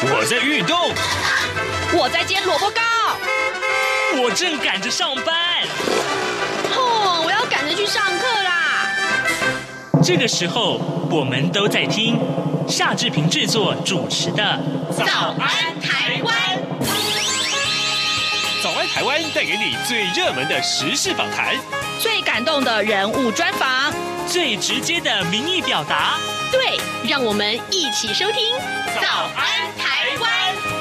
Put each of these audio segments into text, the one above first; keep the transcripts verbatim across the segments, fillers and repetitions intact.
我在运动， 我在煎萝卜糕， 我正赶着上班。 哦，我要赶着去上课啦。 这个时候，我们都在听夏志平制作主持的《 早安台湾》。 早安台湾带给你最热门的时事访谈， 最感动的人物专访， 最直接的民意表达。 对，让我们一起收听《早安台湾》。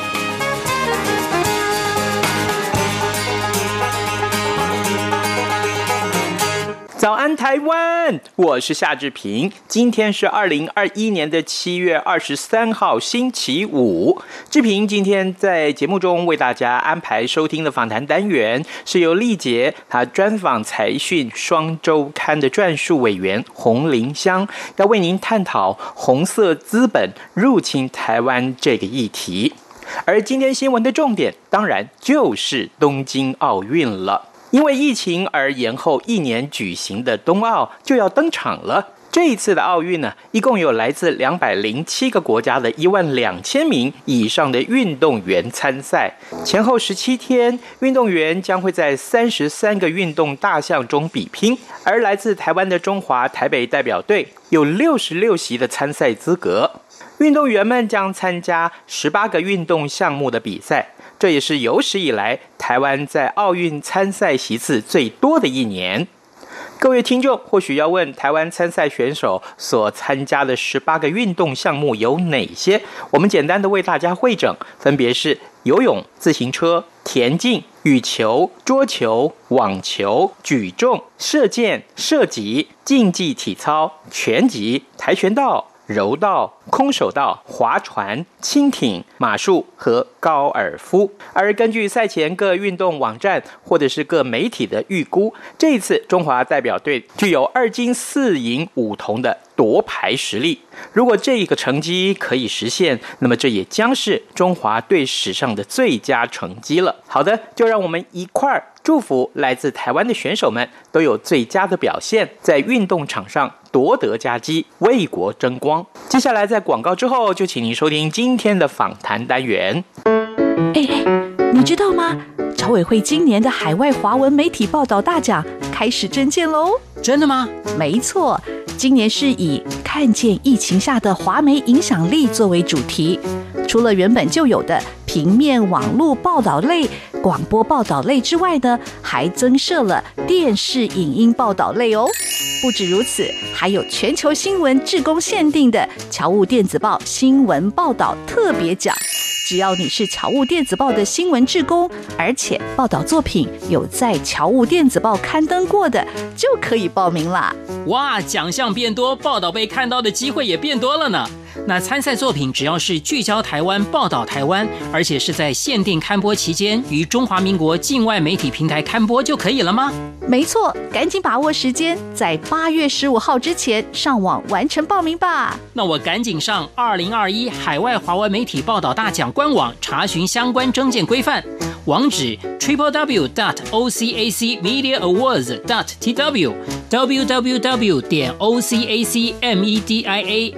早安台湾，我是夏志平。今天是二零二一年的七月二十三号，星期五。志平今天在节目中为大家安排收听的访谈单元，是由丽杰他专访财讯双周刊的撰述委员洪林香，要为您探讨红色资本入侵台湾这个议题。而今天新闻的重点，当然就是东京奥运了。因为疫情而延后一年举行的冬奥就要登场了。这一次的奥运呢，一共有来自两百零七个国家的一万两千名以上的运动员参赛。前后十七天，运动员将会在三十三个运动大项中比拼。而来自台湾的中华台北代表队有六十六席的参赛资格。运动员们将参加十八个运动项目的比赛。这也是有史以来台湾在奥运参赛席次最多的一年。各位听众或许要问，台湾参赛选手所参加的十八个运动项目有哪些？我们简单的为大家汇整，分别是游泳、自行车、田径、羽球、桌球、网球、举重、射箭、射击、竞技体操、拳击、跆拳道、柔道、空手道、划船、轻艇、马术和高尔夫。而根据赛前各运动网站或者是各媒体的预估，这一次中华代表队具有二金四银五铜的夺牌实力。如果这个成绩可以实现，那么这也将是中华队史上的最佳成绩了。好的，就让我们一块儿祝福来自台湾的选手们都有最佳的表现，在运动场上夺得佳绩，为国争光。接下来在广告之后，就请您收听今天的访谈单元。 哎哎，你知道吗？侨委会今年的海外华文媒体报道大奖开始征件喽！ 真的吗？ 没错，今年是以看见疫情下的华媒影响力作为主题。除了原本就有的平面网络报道类、广播报道类之外呢，还增设了电视影音报道类哦。不止如此，还有全球新闻志工限定的侨务电子报新闻报道特别奖。只要你是侨务电子报的新闻志工，而且报道作品有在侨务电子报刊登过的，就可以报名啦。 哇，奖项变多，报道被看到的机会也变多了呢。那参赛作品只要是聚焦台湾、报道台湾，而且是在限定刊播期间于中华民国境外媒体平台刊播就可以了吗？ 没错，赶紧把握时间，在八月十五号之前上网完成报名吧。 那我赶紧上二零二一海外华文媒体报道大奖官网查询相关征件规范，网址 triple w dot o c a c media awards dot t w w w w 点 o c a c media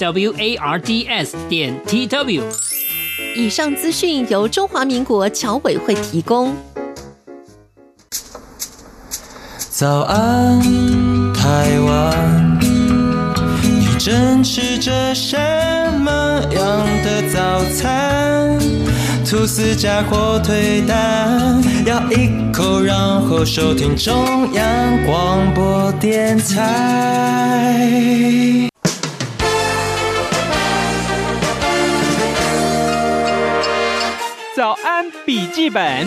awards 点 t w。 以上资讯由中华民国侨委会提供。 早安，台湾，你正吃着什么样的早餐？吐司加火腿蛋，咬一口，然后收听中央广播电台。 早安笔记本。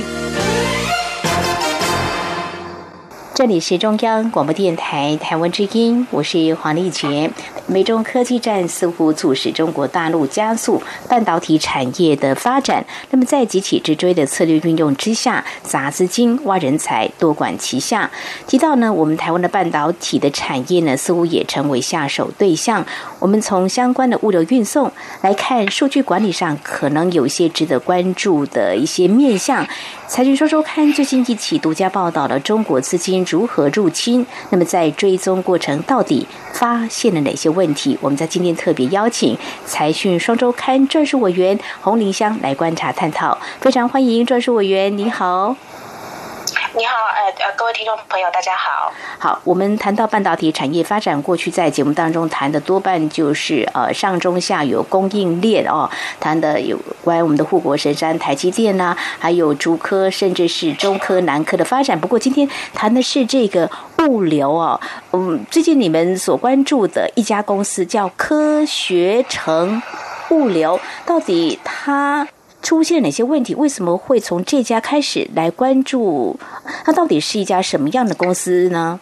这里是中央广播电台台湾之音，我是黄丽杰。美中科技战似乎促使中国大陆加速半导体产业的发展，那么在急起直追的策略运用之下，砸资金、挖人才、多管齐下。提到呢，我们台湾的半导体的产业呢，似乎也成为下手对象。我们从相关的物流运送来看，数据管理上可能有一些值得关注的一些面向。财讯说说看，最近一起独家报道了中国资金如何入侵？那么在追踪过程到底发现了哪些问题？我们在今天特别邀请财讯双周刊专属委员洪玲香来观察探讨，非常欢迎专属委员，你好。 你好，呃呃，各位听众朋友，大家好。 好，我们谈到半导体产业发展，过去在节目当中谈的多半就是呃上中下游供应链哦，谈的有关我们的护国神山台积电啊，还有竹科甚至是中科、南科的发展。不过今天谈的是这个物流哦，嗯，最近你们所关注的一家公司叫科学城物流，到底它出现哪些问题？为什么会从这家开始来关注？它到底是一家什么样的公司呢？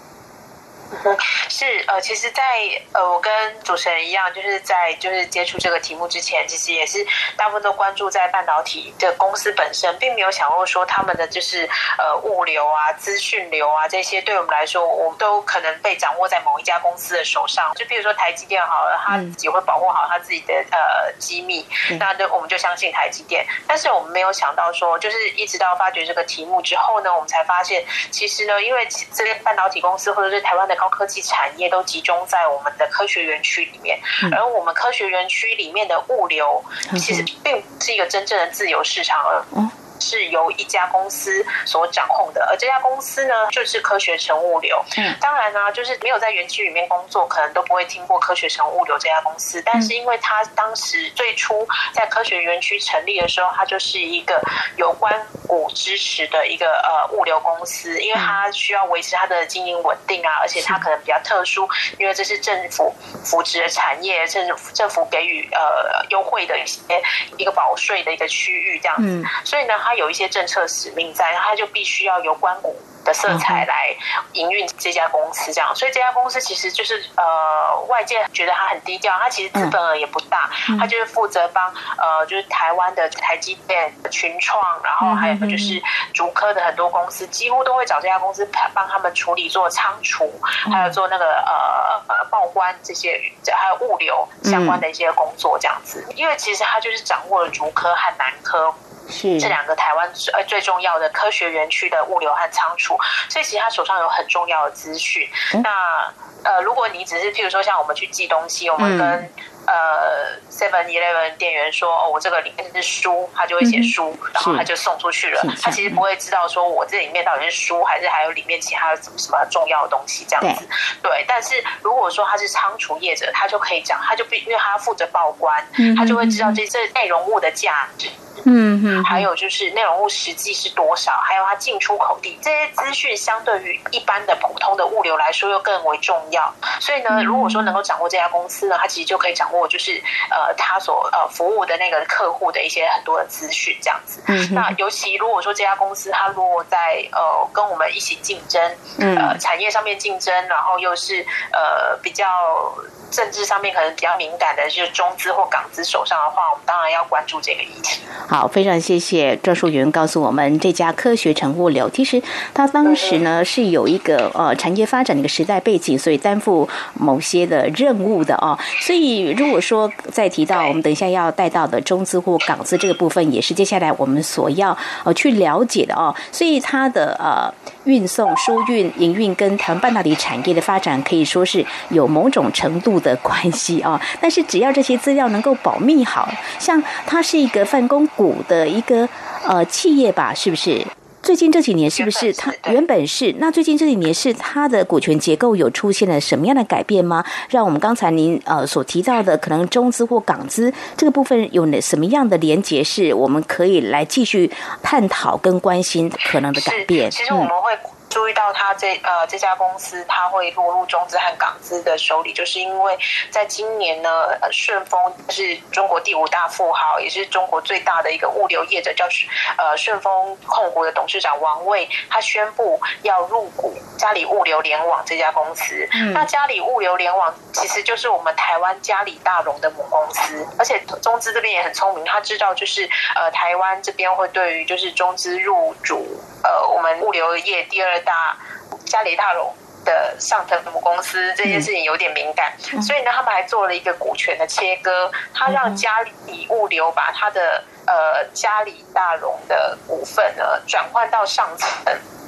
是呃，其实在，在呃，我跟主持人一样，就是在就是接触这个题目之前，其实也是大部分都关注在半导体的公司本身，并没有想过说他们的就是呃物流啊、资讯流啊这些，对我们来说，我们都可能被掌握在某一家公司的手上。就比如说台积电好了，他自己会保护好他自己的呃机密，嗯、那就我们就相信台积电。但是我们没有想到说，就是一直到发掘这个题目之后呢，我们才发现，其实呢，因为这些半导体公司或者是台湾的高科技产业都集中在我们的科学园区里面，而我们科学园区里面的物流其实并不是一个真正的自由市场，而是由一家公司所掌控的，而这家公司呢，就是科学城物流。嗯，当然呢、啊，就是没有在园区里面工作，可能都不会听过科学城物流这家公司。但是因为它当时最初在科学园区成立的时候，它就是一个有关股支持的一个呃物流公司，因为它需要维持它的经营稳定啊，而且它可能比较特殊，因为这是政府扶植的产业，政府政府给予呃优惠的一些一个保税的一个区域这样子，嗯、所以呢。它有一些政策使命在，它就必须要有关股的色彩来营运这家公司，这样，所以这家公司其实就是呃，外界觉得它很低调，它其实资本额也不大，它就是负责帮呃，就是台湾的台积电、群创，然后还有就是竹科的很多公司，几乎都会找这家公司帮他们处理做仓储，还有做那个呃呃报关这些，还有物流相关的一些工作，这样子。因为其实它就是掌握了竹科和南科。是这两个台湾最最重要的科学园区的物流和仓储，所以其实他手上有很重要的资讯。嗯、那呃，如果你只是譬如说像我们去寄东西，我们跟、嗯、呃 Seven Eleven 店员说哦，我这个里面是书，他就会写书，嗯、然后他就送出去了。他其实不会知道说我这里面到底是书，还是还有里面其他的什么重要的东西这样子。对，对但是如果说他是仓储业者，他就可以讲，他就必因为他负责报关，嗯、他就会知道这这内容物的价值。嗯嗯，还有就是内容物实际是多少，还有它进出口地这些资讯，相对于一般的普通的物流来说又更为重要。所以呢，如果说能够掌握这家公司呢，它其实就可以掌握就是呃它所呃服务的那个客户的一些很多的资讯这样子。嗯、那尤其如果说这家公司它如果在呃跟我们一起竞争，呃产业上面竞争，然后又是呃比较政治上面可能比较敏感的，就是中资或港资手上的话，我们当然要关注这个议题。 好，非常谢谢专属员告诉我们，这家科学城物流，其实它当时呢是有一个呃产业发展的一个时代背景，所以担负某些的任务的哦。所以如果说再提到我们等一下要带到的中资或港资这个部分，也是接下来我们所要呃去了解的哦。所以它的呃运送、输运、营运跟台湾半导体产业的发展可以说是有某种程度的关系啊。但是只要这些资料能够保密好，像它是一个泛公股的一个呃企业吧，是不是？最近这几年是不是它原本是？那最近这几年是它的股权结构有出现了什么样的改变吗？让我们刚才您呃所提到的可能中资或港资这个部分有什么样的连结，是我们可以来继续探讨跟关心可能的改变？ 其实我们会、嗯注意到它这呃这家公司它会落入中资和港资的手里，就是因为在今年呢，呃，顺丰是中国第五大富豪，也是中国最大的一个物流业者，叫呃顺丰控股的董事长王卫，他宣布要入股嘉里物流联网这家公司。嗯、那嘉里物流联网其实就是我们台湾嘉里大荣的母公司，而且中资这边也很聪明，他知道就是呃台湾这边会对于就是中资入主呃我们物流业第二大嘉里大荣的上层母公司这件事情有点敏感，嗯、所以呢，他们还做了一个股权的切割，他让嘉里物流把他的呃嘉里大荣的股份呢转换到上层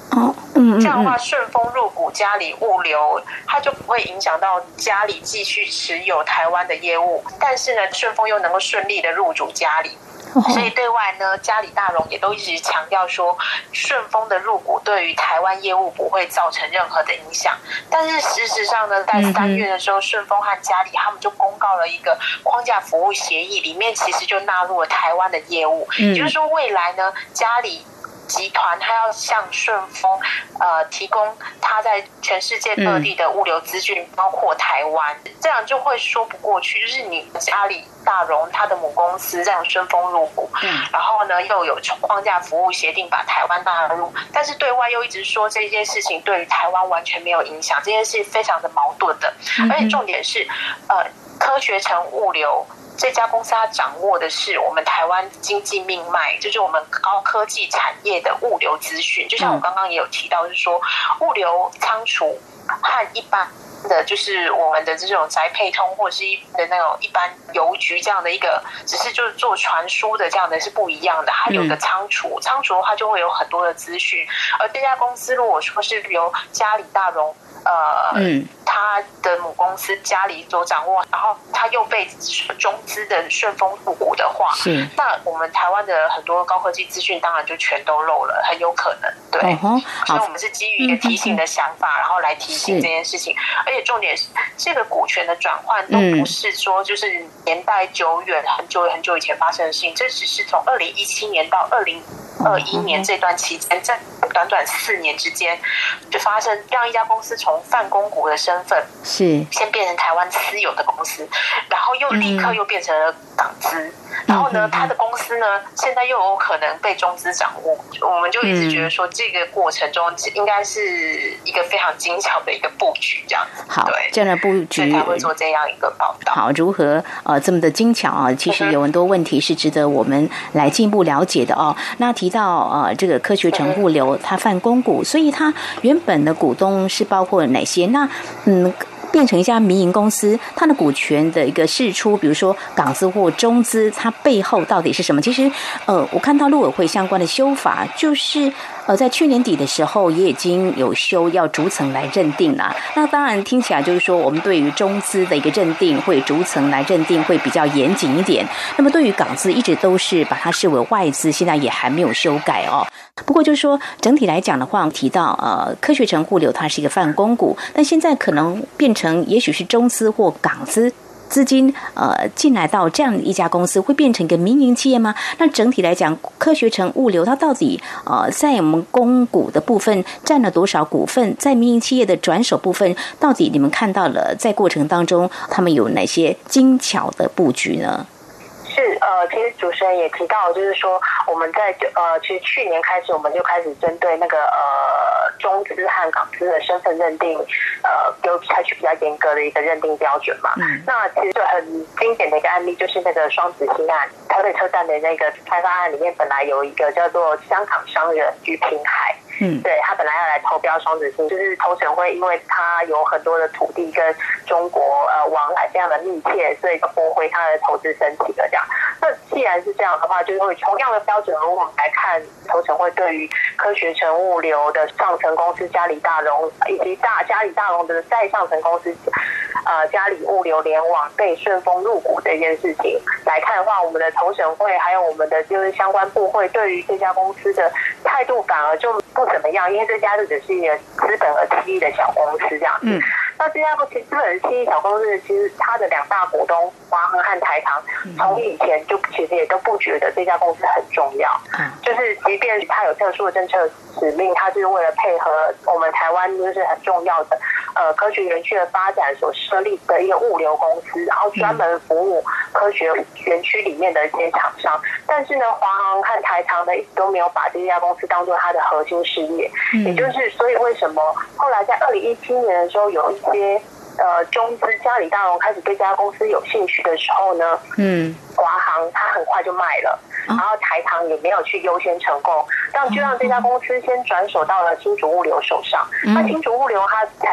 哦，嗯嗯， 这样的话，顺丰入股嘉里物流，它就不会影响到嘉里继续持有台湾的业务，但是呢，顺丰又能够顺利的入主嘉里。所以对外呢，嘉里大荣也都一直强调说，顺丰的入股对于台湾业务不会造成任何的影响。但是事实上呢，在三月的时候，顺丰和嘉里他们就公告了一个框架服务协议，里面其实就纳入了台湾的业务，也就是说未来呢，嘉里集团它要向顺丰呃提供它在全世界各地的物流资讯，包括台湾，这样就会说不过去。就是你嘉里大荣它的母公司让顺丰入股，然后呢又有框架服务协定把台湾纳入，但是对外又一直说这件事情对于台湾完全没有影响，这件事非常的矛盾的。而且重点是，呃，科学城物流这家公司它掌握的是我们台湾经济命脉，就是我们高科技产业的物流资讯。就像我刚刚也有提到，就是说物流仓储和一般的，就是我们的这种宅配通或者是一的那种一般邮局这样的一个，只是就是做传输的这样的是不一样的。它有一个仓储，仓储的话就会有很多的资讯。而这家公司如果说是由嘉里大荣呃，嗯，他的母公司嘉里所掌握，然后他又被中资的顺丰入股的话，是那我们台湾的很多高科技资讯当然就全都漏了，很有可能。对，哦、所以我们是基于一个提醒的想法，嗯、然后来提醒这件事情。而且重点是，这个股权的转换都不是说就是年代久远、很久很久以前发生的事情，这只是从二零一七年到二零二一年这段期间，在短短四年之间就发生，让一家公司从泛公股的身份是先变成台湾私有的公司，然后又立刻又变成了港资，嗯、然后呢，他的公司呢现在又有可能被中资掌握，我们就一直觉得说这个过程中应该是一个非常精巧的一个布局，这样子。 好，对，这样的布局才会做这样一个报道。 好，如何呃这么的精巧啊？其实有很多问题是值得我们来进一步了解的哦。那提到呃这个科学城物流，它泛公股，所以它原本的股东是包括哪些？那嗯。变成一家民营公司，它的股权的一个释出，比如说港资或中资，它背后到底是什么？其实，呃，我看到陆委会相关的修法，就是呃，在去年底的时候也已经有修要逐层来认定啦。那当然听起来就是说，我们对于中资的一个认定会逐层来认定，会比较严谨一点。那么对于港资，一直都是把它视为外资，现在也还没有修改哦。不过就是说，整体来讲的话，提到呃，科学城物流它是一个泛公股，但现在可能变成也许是中资或港资资金呃进来到这样一家公司，会变成一个民营企业吗？那整体来讲，科学城物流它到底呃在我们公股的部分占了多少股份？在民营企业的转手部分，到底你们看到了在过程当中，他们有哪些精巧的布局呢？ 是呃，其实主持人也提到，就是说我们在呃，其实去年开始我们就开始针对那个呃中资和港资的身份认定，呃，有采取比较严格的一个认定标准嘛。嗯、那其实很经典的一个案例就是那个双子星案，台北车站的那个开发案里面，本来有一个叫做香港商人于平海。嗯，对，他本来要来投标双子星，就是投审会，因为他有很多的土地跟中国呃往来非常的密切，所以就驳回他的投资申请了这样。那既然是这样的话，就是会同样的标准，如果我们来看投审会对于科学城物流的上层公司嘉里大荣，以及大嘉里大荣的再上层公司呃嘉里物流联网被顺丰入股这件事情来看的话，我们的投审会还有我们的就是相关部会对于这家公司的态度反而就不怎么样，因为这家就只是一个资本额七亿的小公司这样子。嗯、那这家资本额七亿小公司，其实它的两大股东华航和台糖，从以前就其实也都不觉得这家公司很重要。嗯、就是即便它有特殊的政策使命，它就是为了配合我们台湾就是很重要的呃科学园区的发展所设立的一个物流公司，然后专门服务科学园区里面的一些厂商。但是呢，华航和台糖呢一直都没有把这家公司当作它的核心事业，嗯、也就是所以为什么后来在二零一七年的时候有一些呃中资嘉里大荣开始对这家公司有兴趣的时候呢，嗯，华航它很快就卖了，然后台糖也没有去优先成功，让就让这家公司先转手到了新竹物流手上。嗯、那新竹物流它才不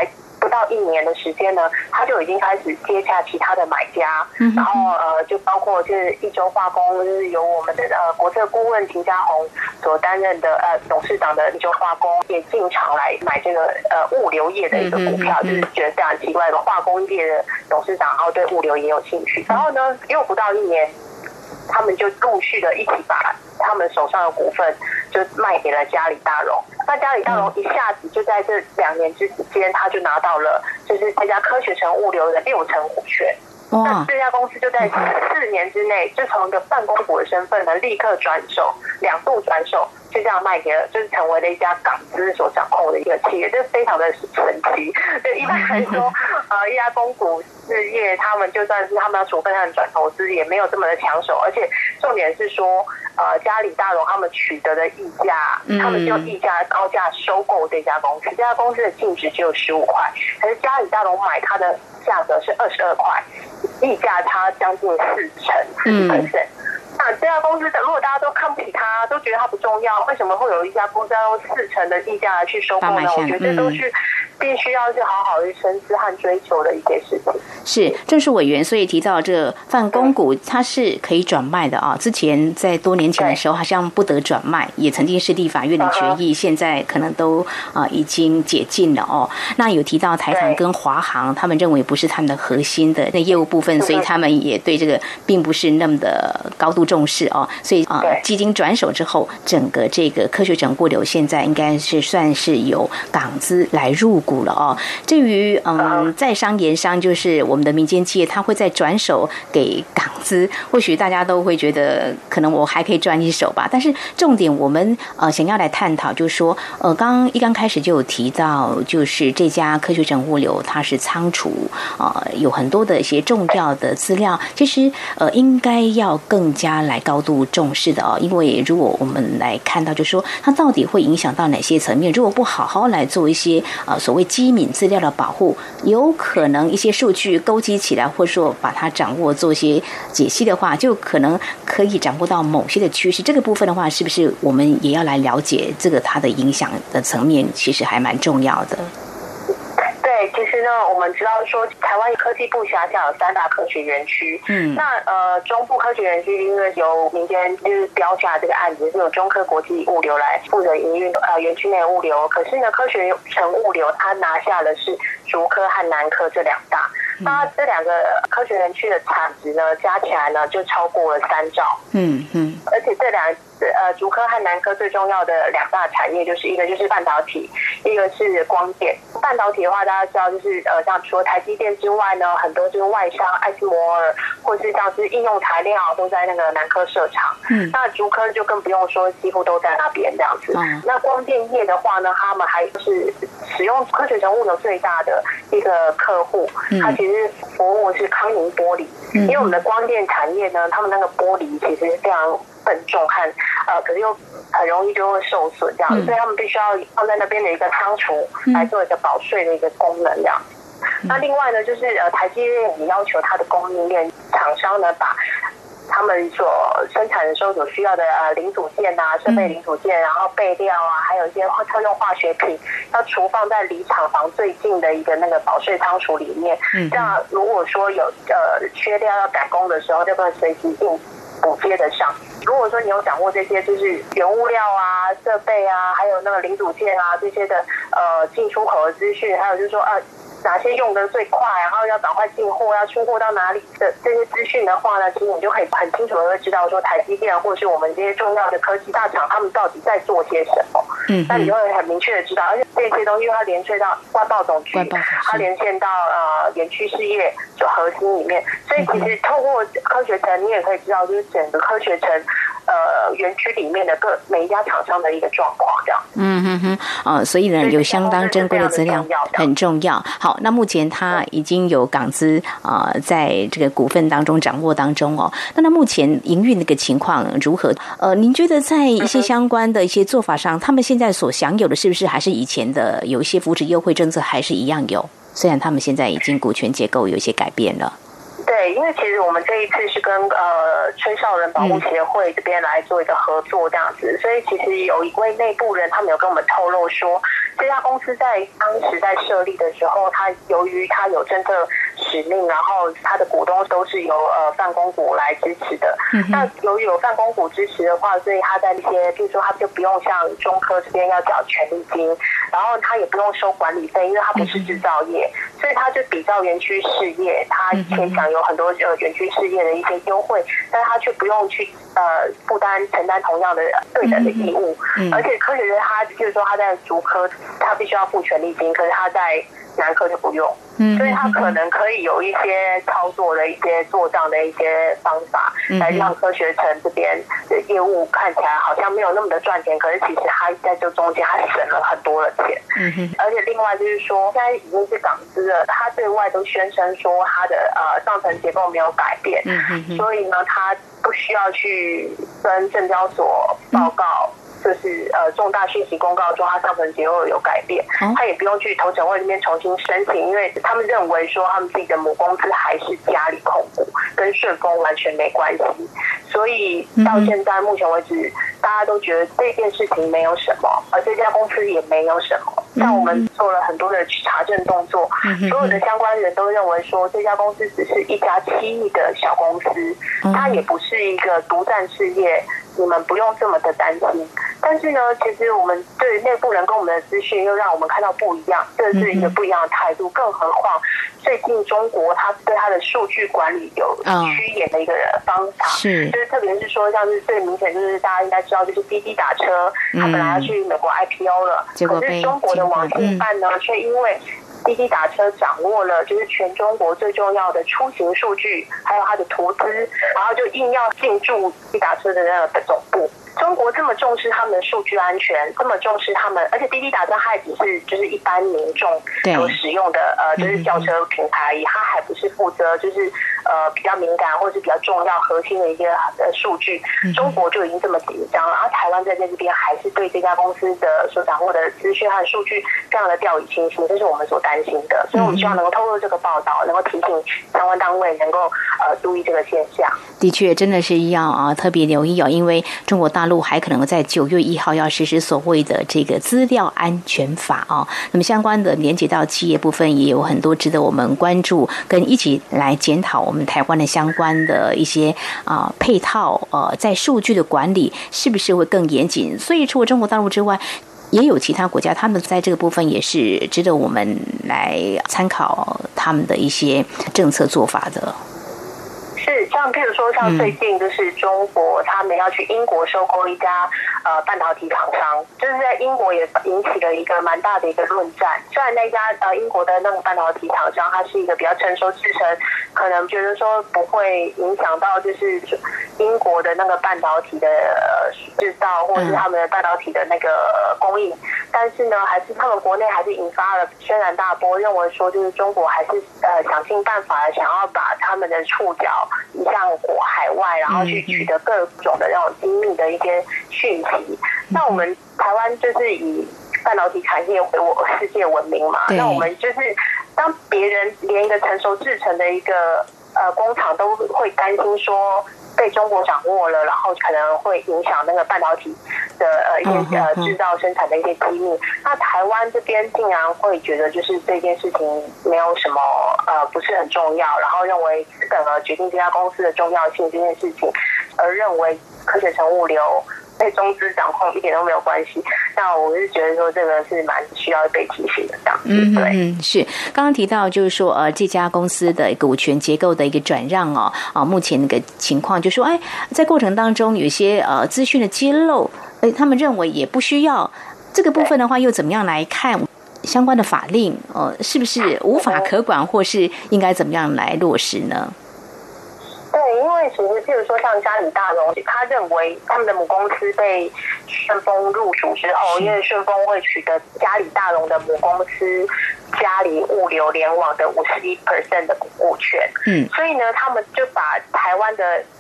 不到一年的时间呢，他就已经开始接洽其他的买家，嗯、然后呃，就包括就是一周化工，就是由我们的呃国策顾问秦家宏所担任的呃董事长的一周化工也进场来买这个呃物流业的一个股票，嗯、就是觉得非常奇怪的化工业的董事长，然后对物流也有兴趣，然后呢，又不到一年，他们就陆续的一起把他们手上的股份就卖给了嘉里大荣。那嘉里大荣一下子就在这两年之间，他就拿到了就是这家科学城物流的六成股权。那这家公司就在四年之内，就从一个半公股的身份呢，立刻转手，两度转手，就这样卖给了，就是成为了一家港资所掌控的一个企业，这非常的神奇。就一般来说，呃，一家公股事业，他们就算是他们要处分他们转投资，也没有这么的抢手，而且重点是说，呃，嘉里大荣他们取得的溢价，他们就溢价高价收购这家公司，这家公司的净值只有十五块，可是嘉里大荣买它的价格是二十二块，溢价差将近四成，四十 percent。那这家公司的，如果大家都看不起它，都觉得它不重要，为什么会有一家公司要用四成的溢价来去收购呢？我觉得这都是必须要去好好去深思和追求的一些事情。 是，正是委员所以提到这个泛公股，它是可以转卖的啊。之前在多年前的时候，好像不得转卖，也曾经是立法院的决议，现在可能都啊、呃、已经解禁了哦。那有提到台糖跟华航，他们认为不是他们的核心的那业务部分，所以他们也对这个并不是那么的高度重视哦。所以啊、呃，基金转手之后，整个这个科学城物流现在应该是算是由港资来入股了哦。至于嗯在商言商，就是我们的民间企业，它会再转手给港资，或许大家都会觉得可能我还可以赚一手吧。但是重点我们呃想要来探讨，就是说呃刚刚一刚开始就有提到，就是这家科学城物流它是仓储呃有很多的一些重要的资料，其实呃应该要更加来高度重视的哦。因为如果我们来看到，就是说它到底会影响到哪些层面，如果不好好来做一些呃所谓机敏资料的保护，有可能一些数据勾稽起来，或者说把它掌握做一些解析的话，就可能可以掌握到某些的趋势。这个部分的话，是不是我们也要来了解这个它的影响的层面，其实还蛮重要的。 对，其实呢，我们知道说，台湾科技部辖下有三大科学园区。嗯，那呃，中部科学园区因为由民间就是标下这个案子，是由中科国际物流来负责营运呃园区内的物流。可是呢，科学城物流它拿下的是竹科和南科这两大。那这两个科学园区的产值呢，加起来呢就超过了三兆。嗯嗯，而且这两呃竹科和南科最重要的两大产业，就是一个就是半导体，一个是光电。半导体的话，大家知道就是呃像除了台积电之外呢，很多就是外商艾斯摩尔或是像是应用材料都在那个南科设厂。嗯，那竹科就更不用说，几乎都在那边这样子。嗯，那光电业的话呢，他们还是使用科学城物流最大的一个客户，它其实服务是康宁玻璃。嗯，因为我们的光电产业呢，他们那个玻璃其实非常笨重和呃，可是又很容易就会受损这样，嗯，所以他们必须要放在那边的一个仓储来做一个保税的一个功能这样。嗯，那另外呢，就是呃，台积电也要求它的供应链厂商呢，把他们所生产的时候所需要的呃零组件啊、设备零组件，然后备料啊，还有一些特用化学品，要储放在离厂房最近的一个那个保税仓储里面。嗯，这样如果说有呃缺料要赶工的时候，就可以随时应补接得上。如果说你有掌握这些，就是原物料啊、设备啊，还有那个零组件啊这些的呃进出口的资讯，还有就是说呃。哪些用的最快，然后要赶快进货，要出货到哪里的这些资讯的话呢，其实你就可以很清楚的会知道说台积电或者是我们这些重要的科技大厂，他们到底在做些什么。嗯，那你就会很明确的知道，而且这些东西它连接到外报总局，它连线到呃园区事业就核心里面，所以其实透过科学城，你也可以知道就是整个科学城呃园区里面的各每一家厂商的一个状况这样。嗯哼哼，呃，所以呢有相当珍贵的资料，很重要。好，那目前它已经有港资啊、呃，在这个股份当中掌握当中哦。那那目前营运的一个情况如何？呃，您觉得在一些相关的一些做法上，他们现在所享有的是不是还是以前的有一些扶持优惠政策还是一样有？虽然他们现在已经股权结构有一些改变了。对， 对，因为其实我们这一次是跟呃吹哨人保护协会这边来做一个合作这样子，所以其实有一位内部人，他们有跟我们透露说，这家公司在当时在设立的时候，它由于它有政策使命，然后它的股东都是由呃泛公股来支持的。嗯、那由于有泛公股支持的话，所以它在那些，比如说它就不用像中科这边要缴权利金，然后它也不用收管理费，因为它不是制造业，嗯、所以它就比照园区事业，它以前享有很多呃园区事业的一些优惠，但是它却不用去呃负担承担同样的对等的义务。嗯、而且科学家他就是说他在竹科他必须要付权利金，可是他在南科就不用。嗯，所以他可能可以有一些操作的一些做账的一些方法，嗯、来让科学城这边的业务看起来好像没有那么的赚钱，可是其实他在这中间他省了很多的钱。嗯哼，而且另外就是说，现在已经是港资了，他对外都宣称说他的呃上层结构没有改变，嗯哼，所以呢，他不需要去跟证交所报告。嗯，就是呃重大讯息公告说它上层结构有改变，哦、他也不用去投审会那边重新申请，因为他们认为说他们自己的母公司还是嘉里控股，跟顺丰完全没关系，所以到现在目前为止，大家都觉得这件事情没有什么，而这家公司也没有什么。但我们做了很多的查证动作，嗯、所有的相关人都认为说这家公司只是一家七亿的小公司，嗯、它也不是一个独占事业，你们不用这么的担心。但是呢，其实我们对内部人跟我们的资讯又让我们看到不一样，这是一个不一样的态度。更何况最近中国它对它的数据管理有趋严的一个方法，哦、是就是特别是说像是最明显就是大家应该知道就是滴滴打车，它本来要去美国 I P O 了，嗯、可是中国的网信办呢，却因为滴滴打车掌握了就是全中国最重要的出行数据，还有它的图资，然后就硬要进驻滴滴打车的那个总部。中国这么重视他们的数据安全，这么重视他们，而且滴滴打车它也只是就是一般民众所使用的呃就是轿车平台而已，它还不是负责就是呃比较敏感或是比较重要核心的一些呃数据。中国就已经这么紧张了，然后台湾在这边还是对这家公司的所掌握的资讯和数据非常的掉以轻心，这是我们所担心的。所以我们希望能够透过这个报道，能够提醒相关单位能够呃注意这个现象。 的确，真的是要啊特别留意哦，因为中国大陆还可能在九月一号要实施所谓的这个资料安全法啊。那么相关的连接到企业部分也有很多值得我们关注，跟一起来检讨我们台湾的相关的一些啊配套呃在数据的管理是不是会更严谨。所以除了中国大陆之外，也有其他国家，他们在这个部分也是值得我们来参考他们的一些政策做法的。 是像譬如说像最近就是中国他们要去英国收购一家呃半导体厂商，就是在英国也引起了一个蛮大的一个论战。虽然那家呃英国的那个半导体厂商它是一个比较成熟制程，可能觉得说不会影响到就是英国的那个半导体的呃制造或者是他们的半导体的那个供应，但是呢还是他们国内还是引发了轩然大波，认为说就是中国还是呃想尽办法想要把他们的触角移向国海外，然后去取得各种的那种精密的一些讯息。那我们台湾就是以半导体产业为我世界闻名嘛，那我们就是当别人连一个成熟制程的一个呃工厂都会担心说被中国掌握了，然后可能会影响那个半导体的呃一些呃制造生产的一些机密。那台湾这边竟然会觉得就是这件事情没有什么呃不是很重要，然后认为资本额决定这家公司的重要性这件事情，而认为科学城物流被中资掌控一点都没有关系。那我是觉得说这个是蛮需要被提醒的这样子。嗯嗯，是刚刚提到就是说呃这家公司的股权结构的一个转让哦啊，目前那个情况就是说哎在过程当中有一些呃资讯的揭露，哎他们认为也不需要这个部分的话，又怎么样来看相关的法令？呃是不是无法可管，或是应该怎么样来落实呢？ 对，因为其实譬如说像嘉里大荣，他认为他们的母公司被顺丰入主之后，因为顺丰会取得嘉里大荣的母公司嘉里物流联网的五十一 percent 的股权，嗯，所以呢，他们就把台湾的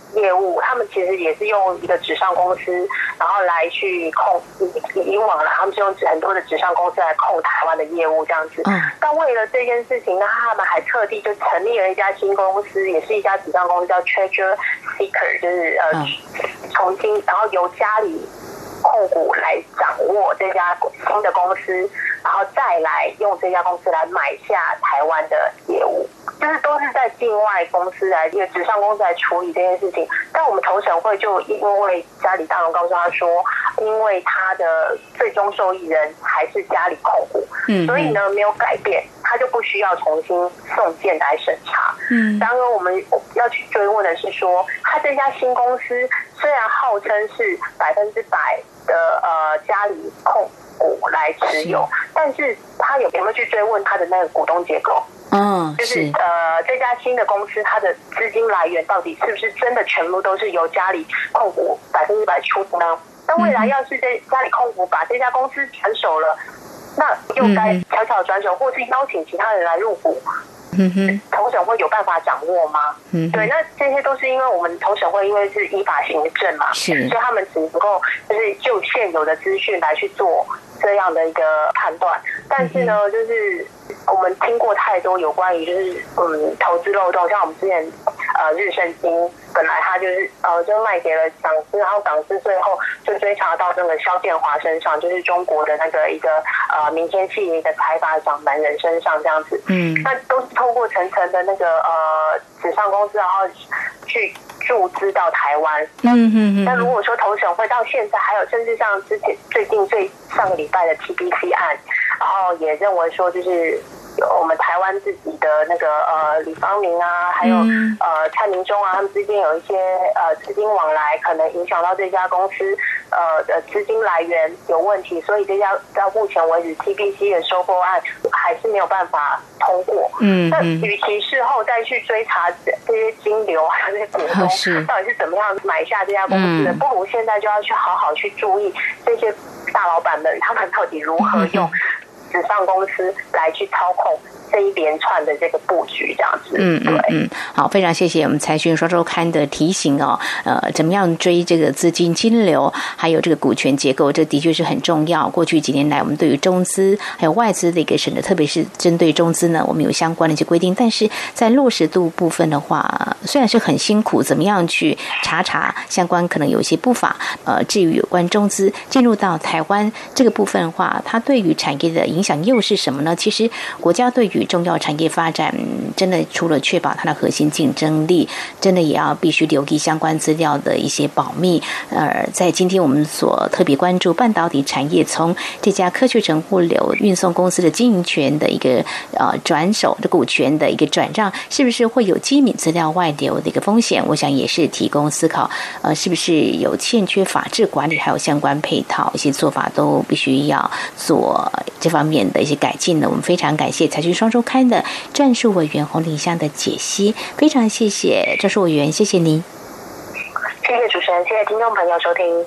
业务，他们其实也是用一个纸上公司，然后来去控以以往啦，他们是用很多的纸上公司来控台湾的业务这样子。嗯。但为了这件事情呢，他们还特地就成立了一家新公司，也是一家纸上公司，叫 Treasure Seeker， 就是呃、嗯、重新，然后由家里控股来掌握这家新的公司，然后再来用这家公司来买下台湾的业务。就是都是在境外公司来，一个纸上公司来处理这件事情。但我们投审会就因为嘉里大荣告诉他说，因为他的最终受益人还是嘉里控股，嗯，所以呢没有改变，他就不需要重新送件来审查。嗯，然而我们要去追问的是说，他这家新公司虽然号称是百分之百的呃嘉里控股来持有，但是他有有没有去追问他的那个股东结构？嗯，就是呃，这家新的公司它的资金来源到底是不是真的全部都是由嘉里控股百分之百出的呢？那未来要是这嘉里控股把这家公司转手了，那又该悄悄转手，或是邀请其他人来入股？嗯哼，投审会有办法掌握吗？嗯，对，那这些都是因为我们投审会因为是依法行政嘛，是，所以他们只能够就是就现有的资讯来去做这样的一个判断。但是呢，就是我们听过太多有关于就是嗯投资漏洞，像我们之前呃日盛金本来他就是呃就卖给了港资，然后港资最后就追查到那个肖建华身上，就是中国的那个一个呃民间企业的财阀掌门人身上这样子。嗯，那都是透过层层的那个呃纸上公司，然后去注资到台湾。嗯嗯嗯。那如果说投审会到现在还有，甚至像之前最近最上个礼拜的 T B C 案，然后也认为说就是我们台湾自己的那个呃李方明啊，还有呃蔡明忠啊，他们之间有一些呃资金往来，可能影响到这家公司呃的资金来源有问题，所以这家到目前为止 T B C 的收购案还是没有办法通过。嗯，那与其事后再去追查这些金流还有这些股东到底是怎么样买下这家公司的，不如现在就要去好好去注意这些大老板们他们到底如何用纸上公司来去操控这一连串的这个布局，这样子。嗯嗯嗯， 好，非常谢谢我们财讯双周刊的提醒哦。呃，怎么样追这个资金金流，还有这个股权结构，这的确是很重要。过去几年来，我们对于中资还有外资的一个审的，特别是针对中资呢，我们有相关的一些规定，但是在落实度部分的话，虽然是很辛苦，怎么样去查查相关可能有一些不法。呃，至于有关中资进入到台湾这个部分的话，它对于产业的影响又是什么呢？其实国家对于重要产业发展，真的除了确保它的核心竞争力，真的也要必须留意相关资料的一些保密。呃，在今天我们所特别关注半导体产业，从这家科学城物流运送公司的经营权的一个呃转手的股权的一个转让，是不是会有机密资料外流的一个风险？我想也是提供思考，呃，是不是有欠缺法治管理，还有相关配套一些做法都必须要做这方面的一些改进呢？我们非常感谢财讯双周刊的战术委员洪丽香的解析，非常谢谢战术委员，谢谢您。 谢谢主持人，谢谢听众朋友收听。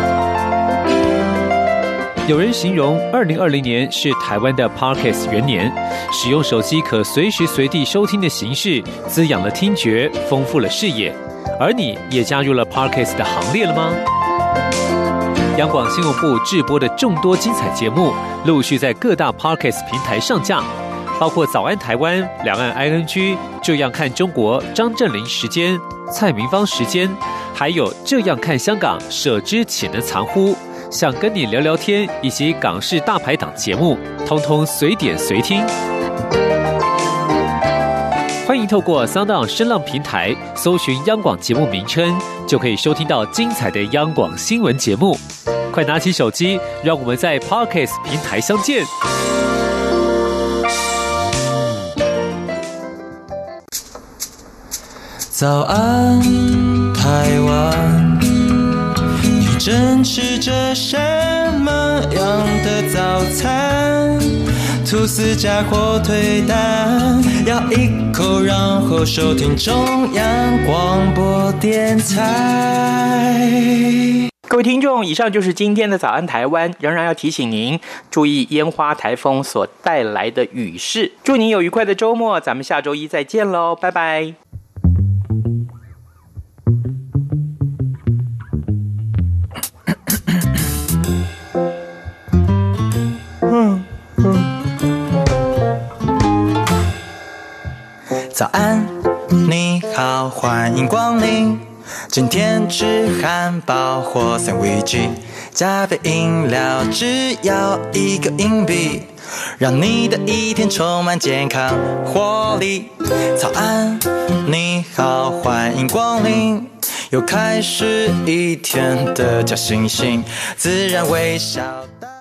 有人形容二零二零年是台湾的 Podcast 元年，使用手机可随时随地收听的形式，滋养了听觉，丰富了视野。而你也加入了 Podcast 的行列了吗？央广新闻部制播的众多精彩节目，陆续在各大 Podcast 平台上架，包括早安台湾、两岸 I N G、这样看中国、张振霖时间、蔡明芳时间，还有这样看香港、舍之岂能藏乎，想跟你聊聊天，以及港式大排档节目，通通随点随听。欢迎透过 SoundOn 声浪平台搜寻央广节目名称，就可以收听到精彩的央广新闻节目。快拿起手机，让我们在 Podcast 平台相见。 早安，台湾，你正吃着什么样的早餐？吐司加火腿蛋，咬一口，然后收听中央广播电台。 各位听众，以上就是今天的早安台湾，仍然要提醒您注意烟花台风所带来的雨势。祝您有愉快的周末，咱们下周一再见喽，拜拜。 早安，你好，欢迎光临。今天吃汉堡或三明治，加杯饮料只要一个硬币，让你的一天充满健康活力。早安，你好，欢迎光临。又开始一天的假惺惺，自然微笑。